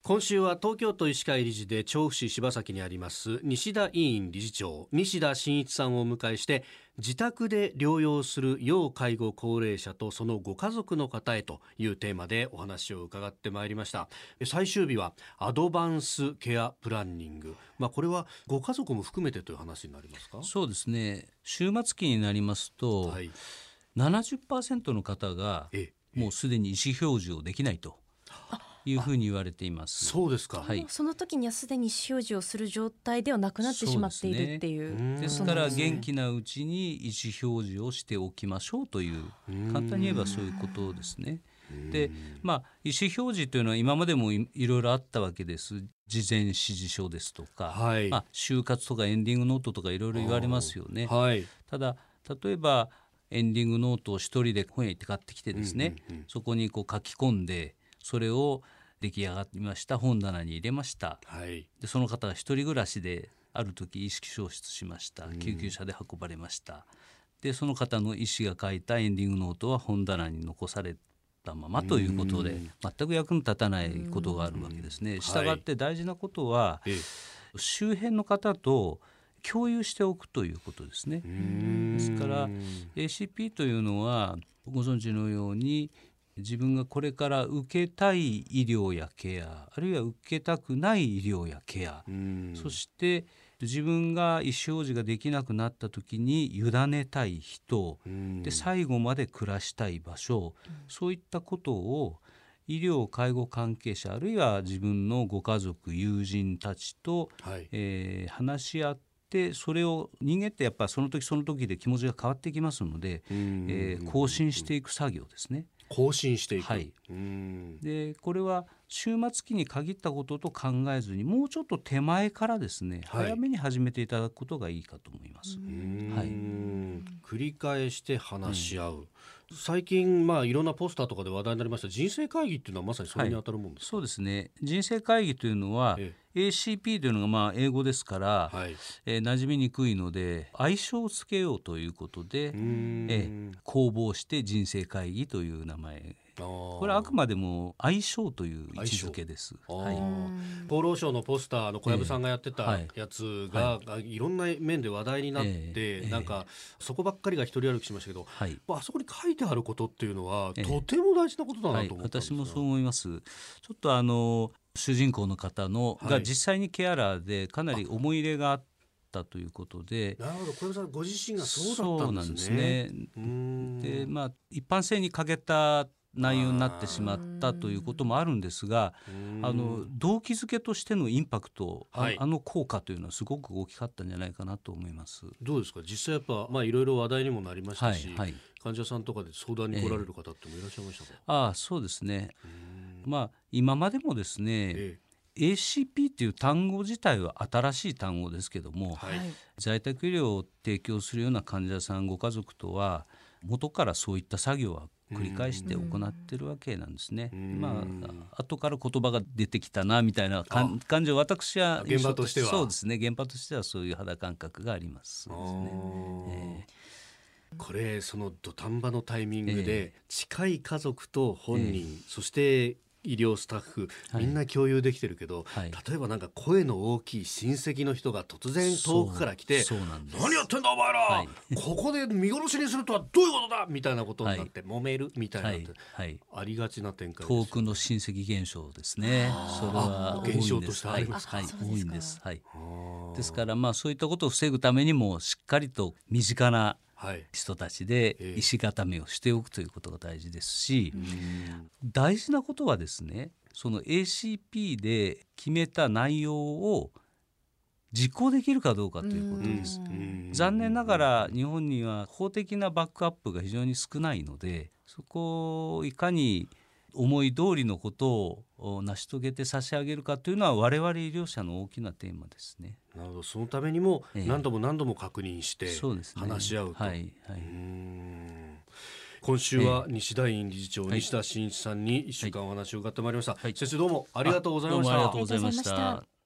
今週は東京都医師会理事で調布市柴崎にあります西田医院理事長西田真一さんをお迎えして、自宅で療養する要介護高齢者とそのご家族の方へというテーマでお話を伺ってまいりました。最終日はアドバンスケアプランニング、これはご家族も含めてという話になりますか？ そうですね。終末期になりますと、70% の方がもうすでに意思表示をできないというふうに言われています。 そうですか。 その時にはすでに意思表示をする状態ではなくなってしまっているっていう。 ですから元気なうちに意思表示をしておきましょうという、簡単に言えばそういうことですね。で、意思表示というのは今までもいろいろあったわけです。事前指示書ですとか、就活とかエンディングノートとかいろいろ言われますよね。ただ例えばエンディングノートを一人で本屋行って買ってきてですね、そこにこう書き込んで、それを出来上がりました本棚に入れました。でその方が一人暮らしである時意識消失しました。救急車で運ばれました。でその方の医師が書いたエンディングノートは本棚に残されたままということで、全く役に立たないことがあるわけですね。したがって大事なことは、周辺の方と共有しておくということですね。ですから ACP というのはご存知のように、自分がこれから受けたい医療やケア、あるいは受けたくない医療やケア、そして自分が意思表示ができなくなった時に委ねたい人で、最後まで暮らしたい場所、そういったことを医療介護関係者、あるいは自分のご家族友人たちと、話し合って、それを人間ってやっぱその時その時で気持ちが変わってきますので、更新していく作業ですね。 更新していく、 でこれは終末期に限ったことと考えずに、もうちょっと手前からですね、早めに始めていただくことがいいかと思います。 繰り返して話し合う、最近いろんなポスターとかで話題になりました人生会議っていうのはまさにそれに当たるもんですか？ そうですね。人生会議というのは、ACP というのが英語ですから、馴染みにくいので愛称をつけようということで、公募して人生会議という名前、これはあくまでも愛称という位置づけです。 厚労省のポスターの小籔さんがやってたやつが、いろんな面で話題になって、なんかそこばっかりが一人歩きしましたけど、あそこに書いてあることっていうのは、とても大事なことだなと思ったんですが、 私もそう思います。ちょっと主人公の方が実際にケアラーでかなり思い入れがあったということで。 なるほど、小籔さんご自身がそうだったんですね。 で一般性に欠けた内容になってしまったということもあるんですが、動機づけとしてのインパクト、効果というのはすごく大きかったんじゃないかなと思います。 どうですか、実際やっぱいろいろ話題にもなりましたし、患者さんとかで相談に来られる方ってもいらっしゃいましたか？ そうですね。今までもですね、ACP という単語自体は新しい単語ですけども、在宅医療を提供するような患者さんご家族とは元からそういった作業は繰り返して行ってるわけなんですね。後から言葉が出てきたなみたいな感じを、私は現場としてはそうですね、現場としてはそういう肌感覚があります。 これその土壇場のタイミングで、近い家族と本人、そして医療スタッフみんな共有できてるけど、例えばなんか声の大きい親戚の人が突然遠くから来て、何やってんだお前ら、ここで見殺しにするとはどういうことだみたいなことになって揉めるみたいな、ありがちな展開です。 遠くの親戚現象ですね。それは現象としてあります。 多いんです。ですからそういったことを防ぐためにも、しっかりと身近な人たちで意思固めをしておくということが大事ですし、大事なことはですね、その ACP で決めた内容を実行できるかどうかということです。残念ながら日本には法的なバックアップが非常に少ないので、そこをいかに思い通りのことを成し遂げて差し上げるかというのは、我々医療者の大きなテーマですね。 なるほど、そのためにも何度も何度も確認して話し合うと。今週は西田院理事長、西田真一さんに1週間お話を伺ってまいりました。先生どうもありがとうございました。 どうもありがとうございました。